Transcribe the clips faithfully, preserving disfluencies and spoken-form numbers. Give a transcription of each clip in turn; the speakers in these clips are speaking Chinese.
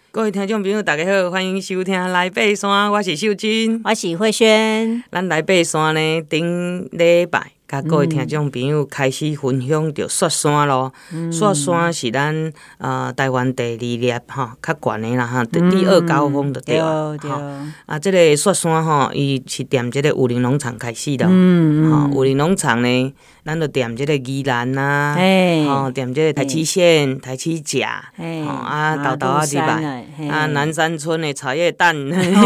各位听众朋友，大家好，欢迎收听《来爬山》，我是秀君， 我是慧萱。 咱来爬山呢，顶礼拜，甲各位听众朋友开始分享着雪山咯。嗯、雪山是咱呃台湾第二粒哈，较悬的啦哈，第二高峰就对了。 对对。 啊，这个雪山吼，伊是踮这个武陵农场开始的。 嗯嗯。 哈，武陵农场呢，咱就踮这个宜兰呐，吼，踮这个台七线、台七甲，吼啊，豆豆啊，入来。啊，南山村的茶叶蛋，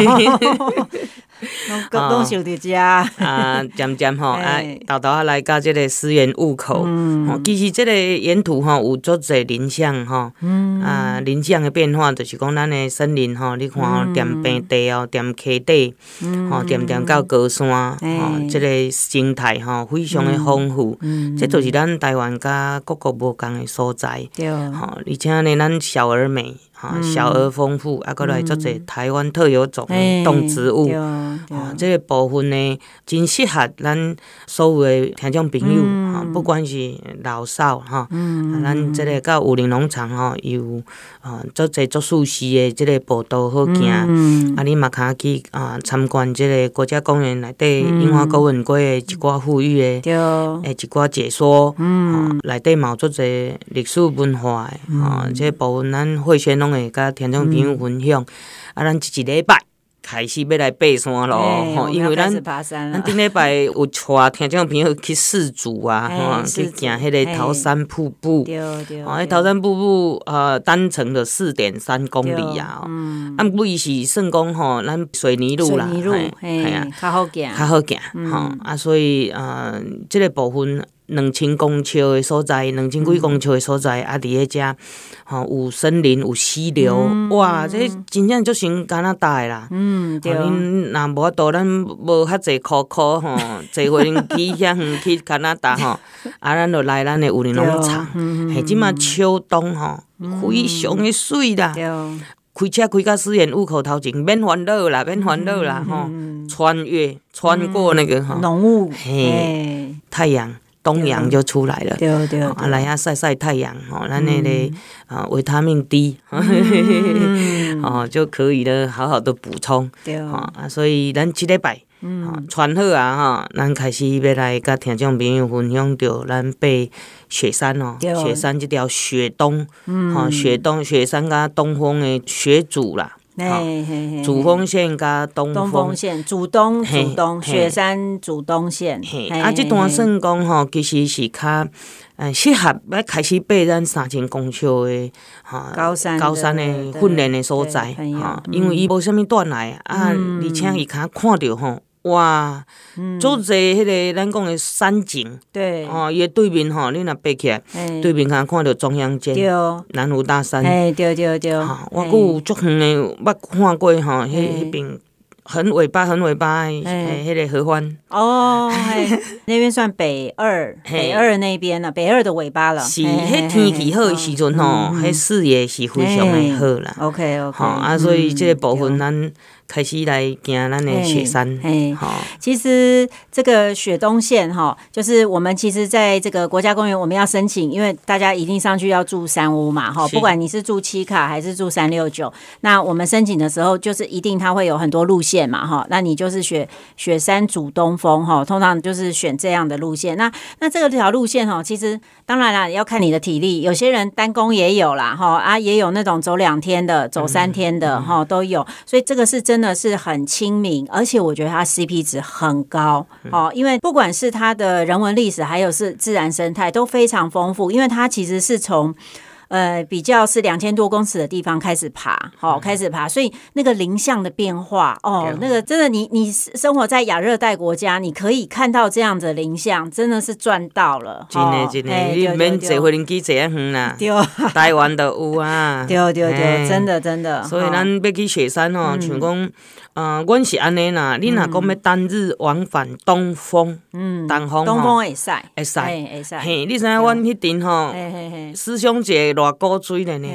拢拢想伫遮。 啊，渐渐吼，啊，豆豆啊来到这个思源雾口，吼，其实这个沿途吼有足侪林相吼，啊，林相的变化就是讲咱的森林吼，你看吼，踮平地哦，踮溪底，吼，踮踮到高山，吼，这个生态吼非常的丰富，这就是咱台湾甲各国无共的所在，吼，而且呢，咱小而美。啊，小而丰富，啊，搁来做者台湾特有种的动植物，啊，这个部分呢，真适合咱所有的听众朋友，哈、嗯，不管是老少哈，嗯、啊，咱这个到武陵农场吼，有啊做者做舒适的这个步道好行，嗯、啊，你嘛可去啊参观这个国家公园内底樱花高文馆的一寡富裕的，诶一寡解说，嗯，内底嘛有做者历史文化的，啊，这个部分咱慧萱拢会甲听众朋友分享，啊，咱一礼拜开始要来爬山咯，吼，因为咱咱顶礼拜有带听众朋友去四组啊，吼，去行迄个桃山瀑布， 对对， 哦，迄桃山瀑布呃单程的四点三公里啊，嗯，啊，不伊是算讲吼，咱水泥路啦， 水泥路，嘿啊，较好行， 较好行，吼，啊，所以呃，这个部分。两千公尺的所在，两千几公尺的所在，啊，伫迄遮，吼有森林，有溪流，嗯、哇，这真正足像加拿大的啦。嗯，对。恁若无法度，咱无遐济苦苦吼，坐飞机遐远去加拿大吼，啊，咱就来咱的武陵农场，嘿，即马秋冬吼，非常的水啦。对。开车开到思源雾口头前，免烦恼啦，免烦恼啦，吼、嗯，穿越穿过那个吼浓雾， 嘿，太阳。东阳就出来了， 对对对， 啊，来遐晒晒太阳，吼，咱那个啊维他命 D， 哦就可以了，好好的补充，对，啊，所以咱这礼拜，嗯，穿好啊，哈，咱开始要来甲听众朋友分享着咱爬雪山哦，雪山这条雪冬，嗯，雪冬雪山甲东峰的雪主啦。嘿嘿嘿，主峰线加东峰， 东峰线，主东主东，雪山主东线。 嘿，啊，这段算讲吼，其实是较呃适合要开始爬咱三千公尺的哈高山高山的训练的所在哈，因为伊无啥物断来啊，而且伊较看到吼。哇，足侪迄个咱讲的山景，对，哦，伊的对面吼，你若爬起来，对面看看到中央间，南湖大山， 哎，对对对， 我佫有足远的，捌看过吼，迄迄边很尾巴很尾巴的，诶，迄个合欢， 哦，那边算北二，北二那边了，北二的尾巴了， 是，迄天气好的时阵吼，迄视野是非常的好啦 ，OK OK， 好啊，所以这个部分咱。开始来行咱的雪山， 好。其实这个雪冬线哈，就是我们其实在这个国家公园，我们要申请，因为大家一定上去要住山屋嘛，哈，不管你是住七卡还是住三六九，那我们申请的时候，就是一定它会有很多路线嘛，哈，那你就是雪雪山主东峰哈，通常就是选这样的路线。那那这个条路线哈，其实当然啦，要看你的体力，有些人单攻也有啦，哈啊，也有那种走两天的、走三天的，哈、嗯、都有，所以这个是真的。真的是很亲民，而且我觉得它 C P 值很高、嗯哦、因为不管是它的人文历史还有是自然生态都非常丰富，因为它其实是从呃，比较是两千多公尺的地方开始爬，好、哦，开始爬，所以那个林相的变化，哦，那个真的你，你你生活在亚热带国家，你可以看到这样的林相，真的是赚到了， 真的真的，你免坐飞机坐遐远啦，对，台湾都有啊， 对对对，真的真的， 所以咱要去雪山哦，像讲。呃，阮是安尼啦，你若讲要单日往返东峰，嗯，东峰， 东峰会使， 会使， 会使， 嘿，你知影阮迄阵吼，师兄姐偌古水咧呢？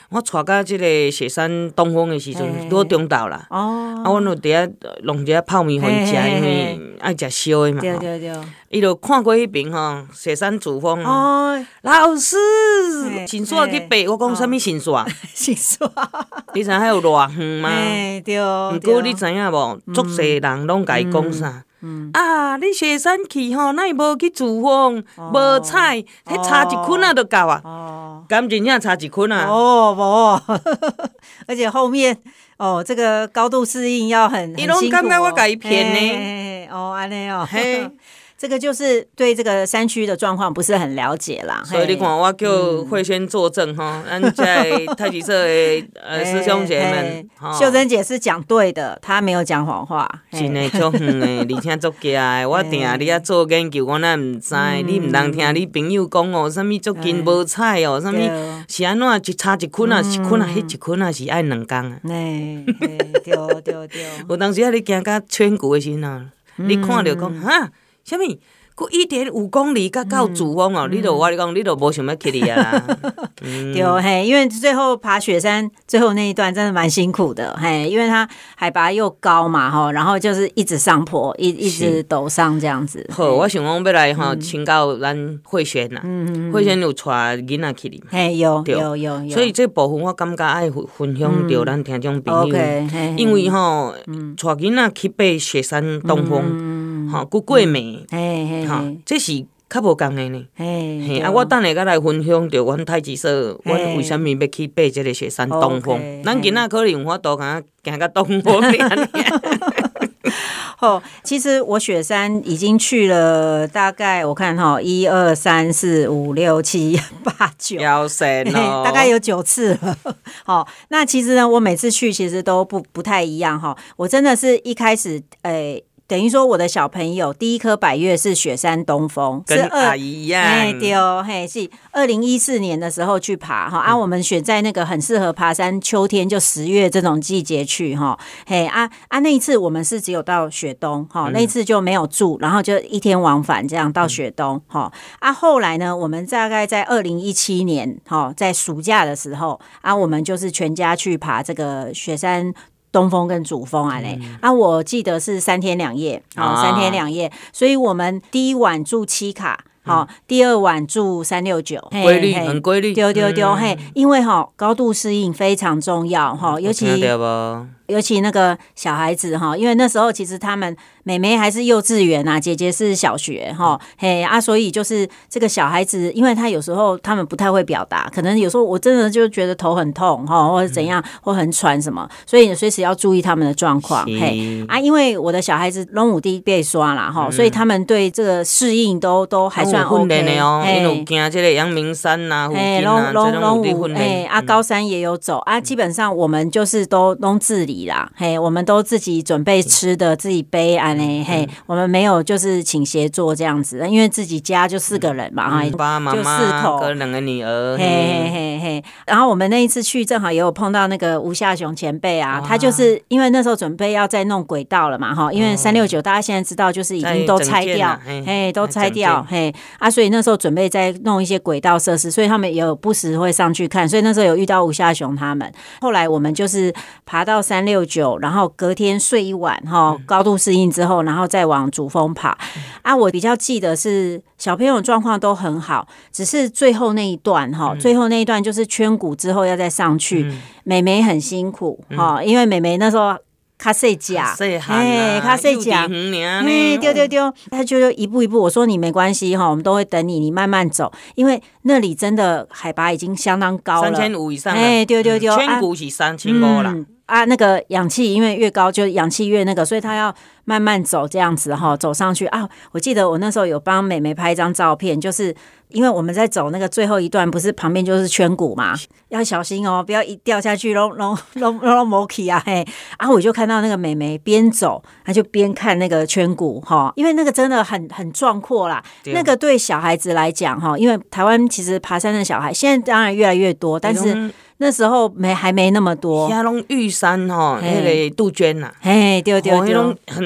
我带到即个雪山东峰的时阵，拄中昼啦。哦。啊，阮就伫遐弄一下泡面互伊食，因为爱食烧的嘛。 对对对。 伊就看过迄边吼，雪山主峰。哦。老师，神煞去爬，我讲啥物神煞？ 神煞。 你知影遐有偌远吗？ 哎，对。 毋过你知影无？足侪人拢甲伊讲啥？嗯、啊！你雪山去吼，哪会无去主峰？无、哦、彩，迄差一捆啊就够啊！哦，敢真正差一捆啊！ 哦，无，而且后面哦，这个高度适应要很，伊拢感觉我甲伊骗呢。 哦，安尼哦，嘿。这个就是对这个山区的状况不是很了解啦， 所以你看，我叫慧萱作证哈，咱在太极社的呃师兄姐们， 秀珍姐是讲对的，她没有讲谎话， 真的足远的，而且足假的。我定你遐做研究，我哪唔知，你唔通听你朋友讲哦，啥物足金无彩哦，啥物是安怎一差一捆啊，一捆啊，迄一捆啊是爱两工啊。 对对对对。 有当时啊，你行到圈谷的时候，你看到讲哈。啥物？佮一点五公里，甲到主峰哦，嗯、你著我你讲，你著无想要去哩啊。 嗯、对嘿，因为最后爬雪山最后那一段真的蛮辛苦的嘿，因为它海拔又高嘛吼，然后就是一直上坡，一一直陡上这样子。 好，我想讲要来吼，请教咱慧萱啦，嗯、慧萱有带囡仔去哩嘛？ 嘿，有有有有。 所以这部分我感觉爱分享到咱听众朋友，嗯、因为吼，带囡仔去爬雪山东峰。嗯吼，佮过暝，吼，这是较无共的呢。嘿，啊，我等下甲来分享着阮太极社，阮为虾米要去爬这个雪山东峰？咱囡仔可能有法度甲行到东峰尔。 哦，其实我雪山已经去了，大概我看哈，一二三四五六七八九， 要神哦， 大概有九次了。好，那其实呢，我每次去其实都不不太一样哈。我真的是一开始，诶、欸。等于说，我的小朋友第一颗百岳是雪山东峰， 跟阿姨一样， 哎对哦，嘿是二零一四年的时候去爬哈、嗯、啊，我们选在那个很适合爬山，秋天就十月这种季节去哈，嘿啊啊那一次我们是只有到雪冬哈，嗯、那一次就没有住，然后就一天往返这样到雪冬哈、嗯、啊，后来呢，我们大概在二零一七年哈，在暑假的时候啊，我们就是全家去爬这个雪山。东峰跟主峰啊嘞、嗯、啊，我记得是三天两夜，好、哦，三天两夜，所以我们第一晚住七卡，好、嗯，第二晚住三六九， 规律很规律， 丢丢丢嘿，因为哈、哦、高度适应非常重要哈、哦，尤其尤其那个小孩子哈，因为那时候其实他们妹妹还是幼稚园啊，姐姐是小学哈，嘿啊，所以就是这个小孩子，因为他有时候他们不太会表达，可能有时候我真的就觉得头很痛哈，或者怎样，或很喘什么，所以随时要注意他们的状况。嘿啊，因为我的小孩子拢有滴被刷啦哈，所以他们对这个适应都都还算 OK 的哦。因为有行这个阳明山呐、附近啊，这种有训练。 啊，高山也有走啊，基本上我们就是都都自理啦，嘿，我们都自己准备吃的，自己背安呢，嘿，我们没有就是请协作这样子，因为自己家就四个人嘛，哈、嗯， 爸爸妈妈跟两个女儿， 嘿嘿嘿嘿。然后我们那一次去，正好也有碰到那个吴夏雄前辈啊，他就是因为那时候准备要再弄轨道了嘛，哈，因为三六九大家现在知道就是已经都拆掉，嘿，都拆掉，嘿啊，所以那时候准备再弄一些轨道设施，所以他们也有不时会上去看，所以那时候有遇到吴夏雄他们。后来我们就是爬到三六九，然后隔天睡一晚哈，高度适应之后，然后再往主峰爬。啊，我比较记得是小朋友状况都很好，只是最后那一段哈，最后那一段就是圈谷之后要再上去，嗯、妹妹很辛苦哈、嗯，因为妹妹那时候。卡细脚，哎，卡细脚，哎，丢丢丢，他就一步一步。我说你没关系哈，我们都会等你，你慢慢走，因为那里真的海拔已经相当高了， 三千五以上了。 哎，丢丢丢， 圈谷是三千五啦。 啊，那个氧气因为越高就氧气越那个，所以他要慢慢走这样子哈，走上去啊。我记得我那时候有帮妹妹拍一张照片，就是因为我们在走那个最后一段，不是旁边就是圈谷嘛，要小心哦，不要一掉下去，拢拢拢拢没起啊嘿。啊，我就看到那个妹妹边走，她就边看那个圈谷哈，因为那个真的很很壮阔啦。那个对小孩子来讲哈，因为台湾其实爬山的小孩现在当然越来越多，但是。那时候没还没那么多， 遐拢玉山吼，迄个杜鹃呐， 嘿，对对对， 拢很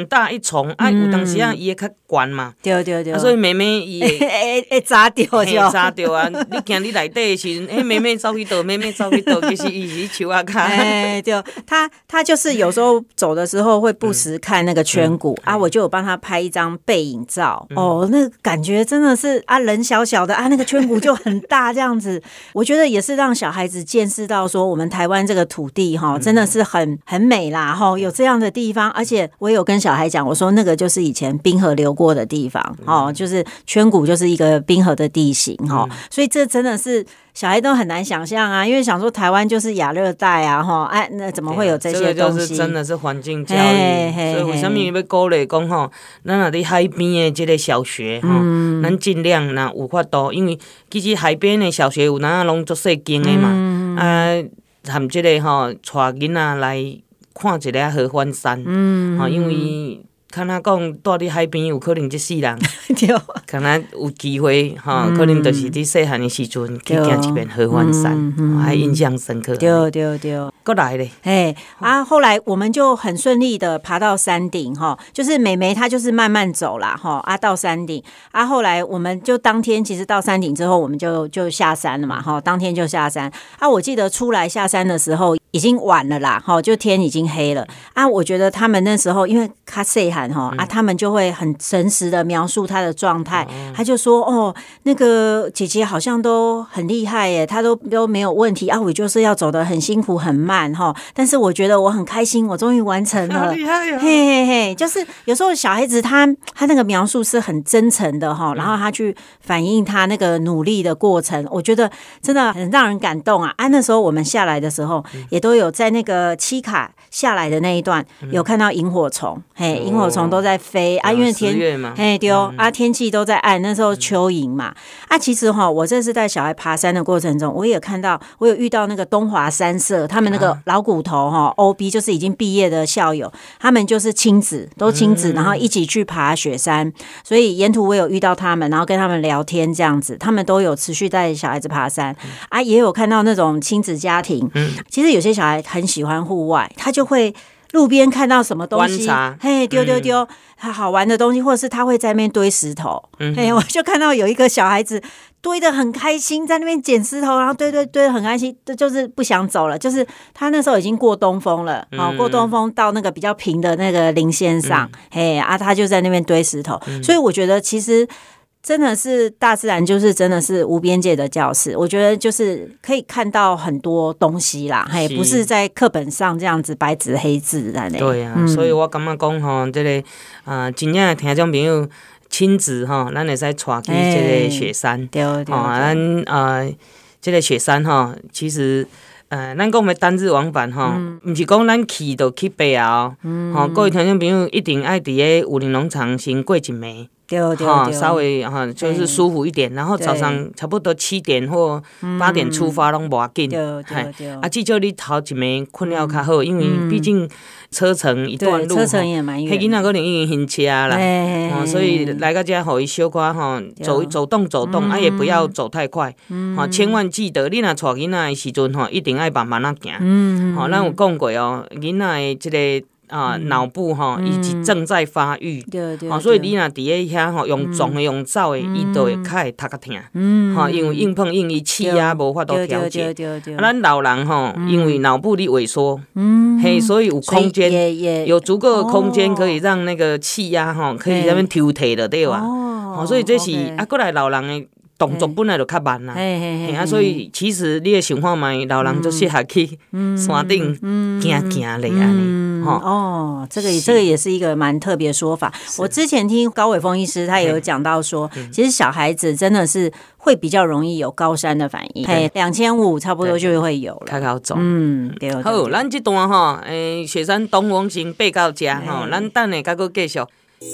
很大一丛，啊，有当时啊伊会较悬嘛， 对对对， 啊，所以妹妹伊会会会砸掉就砸掉啊！你行你内底的时阵，哎，妹妹走去倒，妹妹走去倒，其实伊是树啊卡。 哎，对，他他就是有时候走的时候会不时看那个圈谷、嗯、啊，我就有帮他拍一张背影照、嗯、哦，那个感觉真的是啊，人小小的啊，那个圈谷就很大这样子。我觉得也是让小孩子见识到说，我们台湾这个土地哈，真的是很很美啦哈，有这样的地方，而且我有跟小孩讲，我说那个就是以前冰河流过的地方哦，就是圈谷就是一个冰河的地形哈、嗯，所以这真的是小孩都很难想象啊，因为想说台湾就是亚热带啊哈，哎、啊，那怎么会有这些东西？这个就是真的是环境教育，所以为什么要鼓励讲吼，咱若伫海边的这个小学吼，咱、嗯、尽量若有法度，因为其实海边的小学有哪拢足细间的嘛，嗯、啊，含这个吼带囡仔来看一下合欢山，嗯，吼，因为。看他讲，住伫海边有可能一世人，可能有机会哈、嗯，可能就是伫细汉的时阵去行一遍合欢山，还、嗯嗯、印象深刻。 对对对， 过来咧， 哎啊，后来我们就很顺利的爬到山顶哈，就是妹妹她就是慢慢走啦哈，啊到山顶啊，后来我们就当天其实到山顶之后，我们就就下山了嘛哈，当天就下山啊，我记得出来下山的时候已经晚了啦哈，就天已经黑了啊，我觉得他们那时候因为较细汉。嗯、啊，他们就会很诚实的描述他的状态、嗯，他就说哦，那个姐姐好像都很厉害耶，她都都没有问题啊，我就是要走得很辛苦很慢哈，但是我觉得我很开心，我终于完成了，好厉害呀、哦！嘿嘿嘿，就是有时候小孩子他他那个描述是很真诚的哈，然后他去反映他那个努力的过程，我觉得真的很让人感动啊！啊，那时候我们下来的时候，嗯、也都有在那个七卡下来的那一段，嗯、有看到萤火虫，嘿，萤火虫。都在飞啊，因为天嘿对、嗯、啊，天气都在暗，那时候蚯蚓嘛、嗯、啊，其实哈，我这次带小孩爬山的过程中，我也看到，我有遇到那个东华山社，他们那个老骨头哈 ，O B 就是已经毕业的校友，他们就是亲子，都亲子，然后一起去爬雪山，所以沿途我有遇到他们，然后跟他们聊天这样子，他们都有持续带小孩子爬山、嗯、啊，也有看到那种亲子家庭，嗯，其实有些小孩很喜欢户外，他就会。路边看到什么东西，嘿，丢丢丢，他、嗯、好玩的东西，或者是他会在那边堆石头，嗯，嘿，我就看到有一个小孩子堆得很开心，在那边捡石头，然后堆堆堆得很开心，就是不想走了，就是他那时候已经过东风了，嗯、哦，过东风到那个比较平的那个林线上，嗯、嘿啊，他就在那边堆石头，嗯、所以我觉得其实。真的是大自然，就是真的是无边界的教室。我觉得就是可以看到很多东西啦，嘿，不是在课本上这样子白纸黑字的呢。 对啊，嗯、所以我感觉讲吼，这个啊，真正听众朋友亲子吼，咱会使带去这个雪山， 欸、对对对， 啊，咱啊，这个雪山吼，其实。呃，咱讲的单日往返吼，嗯、不是讲咱去就去爬啊，吼、嗯，各位听众朋友一定爱伫个武林农场先过一暝。 对对对， 哈，稍微哈就是舒服一点，然后早上差不多七点或八点出发拢无要紧，对对对。啊，至少你头一暝困了较好，因为毕竟车程一段路， 车程也蛮远。 迄囡仔可能已经晕车啦，哦，所以来到这互伊小可吼走走动走动，啊也不要走太快，吼，千万记得你若带囡仔的时阵吼，一定爱慢慢仔行，吼，咱有讲过哦，囡仔的这个。啊，脑、嗯、部哈，以及正在发育，对对，所以你若伫咧遐吼，用撞的用走的，伊都会较会头壳疼，嗯，哈，因为硬碰硬，伊气压无法度调节。啊，咱老人吼，嗯、因为脑部的萎缩，嗯，嘿，所以有空间，有足够的空间可以让那个气压哈，可以在那边抽提的对吧？哦，所以这是、okay. 啊，过来老人的。动作本来就较慢啦，嘿啊，所以其实你的想法嘛，老人就适合去山顶行行咧安尼，吼哦，这个这个也是一个蛮特别的说法。我之前听高伟峰医师他也有讲到说，其实小孩子真的是会比较容易有高山的反应，嘿，两千五差不多就会有了， 较好走。 嗯，对。 好，咱这段吼，诶，雪山东王行爬到这吼，咱等下再搁继续。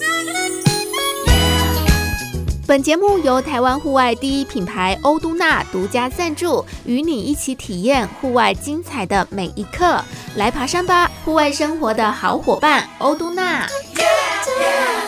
本节目由台湾户外第一品牌欧都娜独家赞助，与你一起体验户外精彩的每一刻。来爬山吧，户外生活的好伙伴，欧都娜。Yeah, yeah.